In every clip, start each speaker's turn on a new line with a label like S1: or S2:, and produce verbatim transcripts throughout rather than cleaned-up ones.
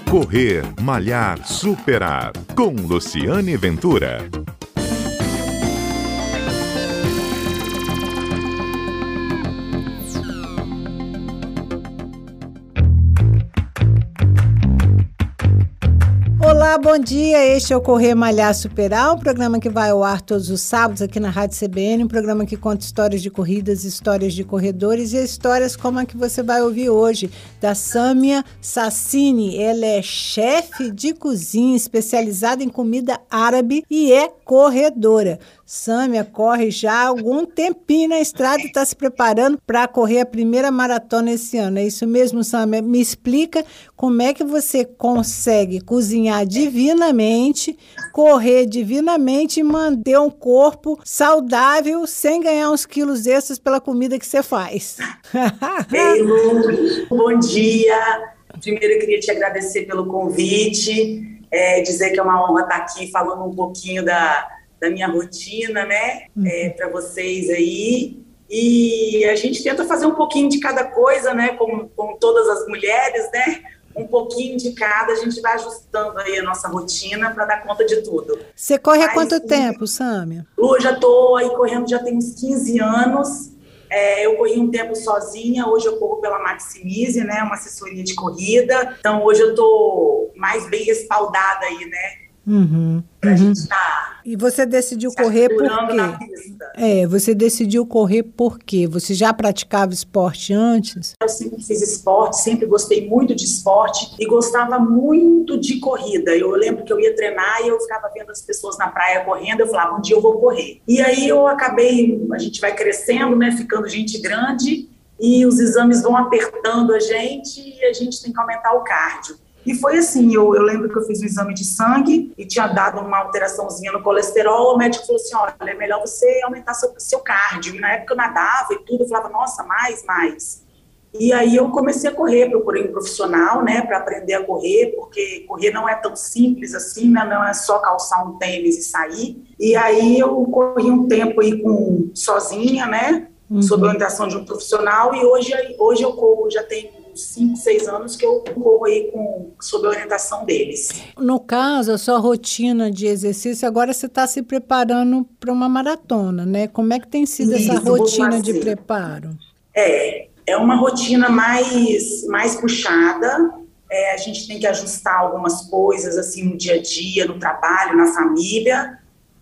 S1: Correr, Malhar, Superar, com Luciane Ventura.
S2: Olá, bom dia. Este é o Correr, Malhar, Superar, um programa que vai ao ar todos os sábados aqui na Rádio C B N, um programa que conta histórias de corridas, histórias de corredores e histórias como a que você vai ouvir hoje, da Sâmia Sassini. Ela é chefe de cozinha especializada em comida árabe e é corredora. Sâmia corre já há algum tempinho na estrada e está se preparando para correr a primeira maratona esse ano. É isso mesmo, Sâmia? Me explica como é que você consegue cozinhar divinamente, correr divinamente e manter um corpo saudável sem ganhar uns quilos extras pela comida que você faz.
S3: Ei, Lu, bom dia. Primeiro eu queria te agradecer pelo convite, é, dizer que é uma honra estar aqui falando um pouquinho da, da minha rotina, né, é, para vocês aí. E a gente tenta fazer um pouquinho de cada coisa, né, como, como todas as mulheres, né, um pouquinho de cada, a gente vai ajustando aí a nossa rotina para dar conta de tudo.
S2: Você corre
S3: Mas,
S2: há quanto tempo, Sâmia?
S3: Lu, eu já estou aí correndo, já tem uns quinze anos. É, eu corri um tempo sozinha, hoje eu corro pela Maximize, né, uma assessoria de corrida. Então hoje eu estou mais bem respaldada aí, né?
S2: Uhum,
S3: pra
S2: uhum.
S3: gente tá
S2: E você decidiu correr por
S3: na
S2: quê?
S3: pista.
S2: É, você decidiu correr por quê? Você já praticava esporte antes?
S3: Eu sempre fiz esporte, sempre gostei muito de esporte e gostava muito de corrida. Eu lembro que eu ia treinar e eu ficava vendo as pessoas na praia correndo, eu falava, um dia eu vou correr. E aí eu acabei, a gente vai crescendo, né, ficando gente grande e os exames vão apertando a gente e a gente tem que aumentar o cardio. E foi assim, eu, eu lembro que eu fiz o exame de sangue e tinha dado uma alteraçãozinha no colesterol, o médico falou assim, olha, é melhor você aumentar seu, seu cardio. E na época eu nadava e tudo, eu falava, nossa, mais, mais. E aí eu comecei a correr, procurei um profissional, né, para aprender a correr, porque correr não é tão simples assim, né, não é só calçar um tênis e sair. E aí eu corri um tempo aí com, sozinha, né, uhum. sob a orientação de um profissional, e hoje, hoje eu corro, já tem cinco, seis anos que eu corro aí com, sob a orientação deles.
S2: No caso, a sua rotina de exercício, agora você está se preparando para uma maratona, né? Como é que tem sido Isso, essa rotina de preparo?
S3: É, é uma rotina mais, mais puxada, é, a gente tem que ajustar algumas coisas assim no dia a dia, no trabalho, na família,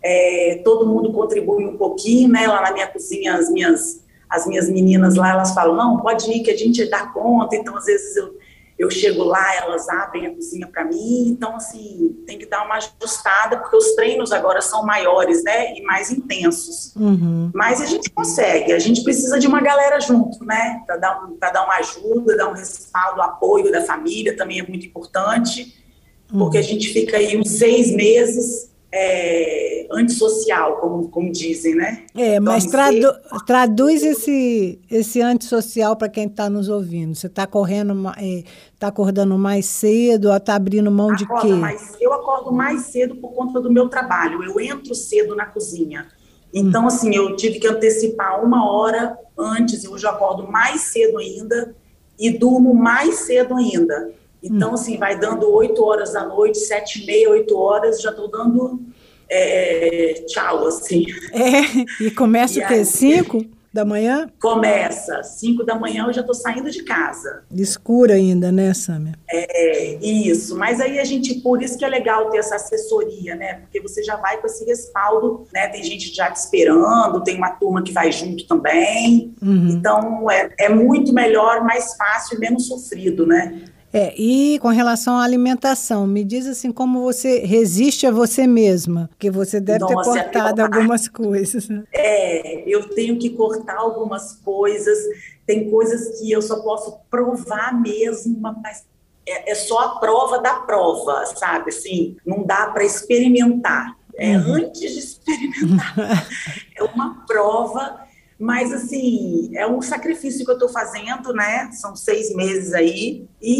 S3: é, todo mundo contribui um pouquinho, né? Lá na minha cozinha, as minhas As minhas meninas lá, elas falam, não, pode ir que a gente dá conta. Então, às vezes, eu, eu chego lá, elas abrem a cozinha para mim. Então, assim, tem que dar uma ajustada, porque os treinos agora são maiores, né, e mais intensos. Uhum. Mas a gente consegue, a gente precisa de uma galera junto, né, para dar, um, para dar uma ajuda, dar um respaldo, apoio da família também é muito importante, uhum. porque a gente fica aí uns seis meses... É, antissocial, como, como dizem, né?
S2: É, mas tradu traduz esse, esse antissocial para quem está nos ouvindo. Você está correndo, está é, acordando mais cedo, ou está abrindo mão de quê?
S3: Mais, eu acordo mais cedo por conta do meu trabalho. Eu entro cedo na cozinha. Então, hum. assim, eu tive que antecipar uma hora antes. Eu já acordo mais cedo ainda e durmo mais cedo ainda. Então, hum. assim, vai dando oito horas da noite, sete e meia, oito horas, já estou dando é, tchau, assim.
S2: É, e começa e o quê? Aí, cinco da manhã?
S3: Começa, cinco da manhã eu já estou saindo de casa.
S2: Escura ainda, né, Sâmia?
S3: É, isso, mas aí a gente, por isso que é legal ter essa assessoria, né, porque você já vai com esse respaldo, né, tem gente já te esperando, tem uma turma que vai junto também, uhum. então é, é muito melhor, mais fácil e menos sofrido, né.
S2: É, e com relação à alimentação, me diz assim como você resiste a você mesma, porque você deve Nossa, ter cortado eu... algumas coisas.
S3: É, eu tenho que cortar algumas coisas, tem coisas que eu só posso provar mesmo, mas é, é só a prova da prova, sabe? Assim, não dá para experimentar. É uhum. antes de experimentar. É uma prova... Mas, assim, é um sacrifício que eu estou fazendo, né? São seis meses aí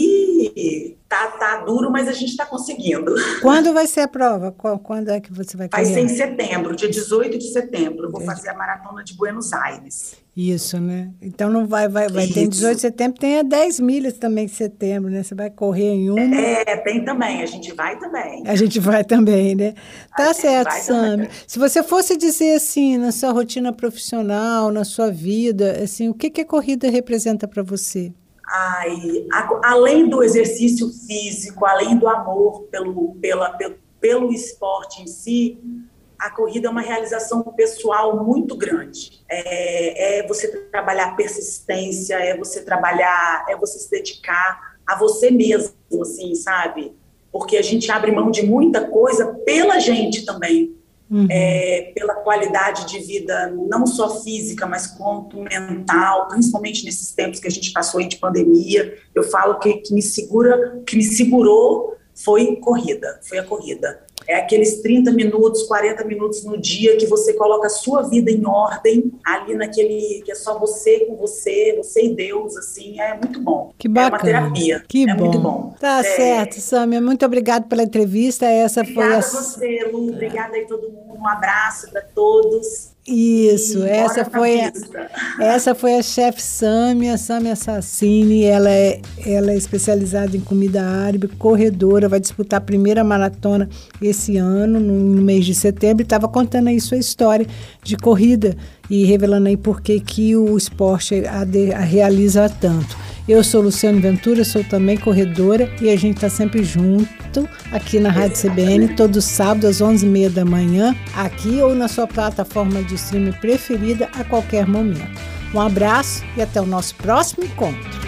S3: e tá, tá duro, mas a gente está conseguindo.
S2: Quando vai ser a prova? Quando é que você vai correr?
S3: Vai ser em setembro, dia dezoito de setembro. Eu vou fazer a Maratona de Buenos Aires.
S2: Isso, né? Então não vai, vai, vai ter dezoito de setembro, tem a dez milhas também em setembro, né? Você vai correr em uma.
S3: É, tem também, a gente vai também.
S2: A gente vai também, né? Tá
S3: a
S2: certo, Sâmia. Se você fosse dizer assim, na sua rotina profissional, na sua vida, assim, o que, que a corrida representa para você?
S3: Ai, a, além do exercício físico, além do amor pelo, pela, pelo, pelo esporte em si, a corrida é uma realização pessoal muito grande. É, é você trabalhar persistência, é você trabalhar, é você se dedicar a você mesmo, assim, sabe? Porque a gente abre mão de muita coisa pela gente também. Uhum. É, pela qualidade de vida, não só física, mas quanto mental, principalmente nesses tempos que a gente passou aí de pandemia. Eu falo que, que me segura, que me segurou foi corrida, foi a corrida. É aqueles trinta minutos, quarenta minutos no dia que você coloca a sua vida em ordem, ali naquele, que é só você com você, você e Deus, assim, é muito bom.
S2: Que bacana.
S3: É uma terapia.
S2: Que
S3: é
S2: bom.
S3: muito bom.
S2: Tá
S3: é...
S2: certo, Sâmia, muito obrigada pela entrevista. Essa
S3: obrigada
S2: foi a...
S3: a você, Lu, obrigada aí todo mundo, um abraço para todos.
S2: Isso, essa foi, a, essa foi a chefe Sâmia, Sâmia Sassini, ela é, ela é especializada em comida árabe, corredora, vai disputar a primeira maratona esse ano, no, no mês de setembro, e estava contando aí sua história de corrida e revelando aí por que que o esporte a, de, a realiza tanto. Eu sou Luciane Ventura, sou também corredora e a gente está sempre junto aqui na Rádio C B N, todo sábado às onze e meia da manhã, aqui ou na sua plataforma de streaming preferida a qualquer momento. Um abraço e até o nosso próximo encontro.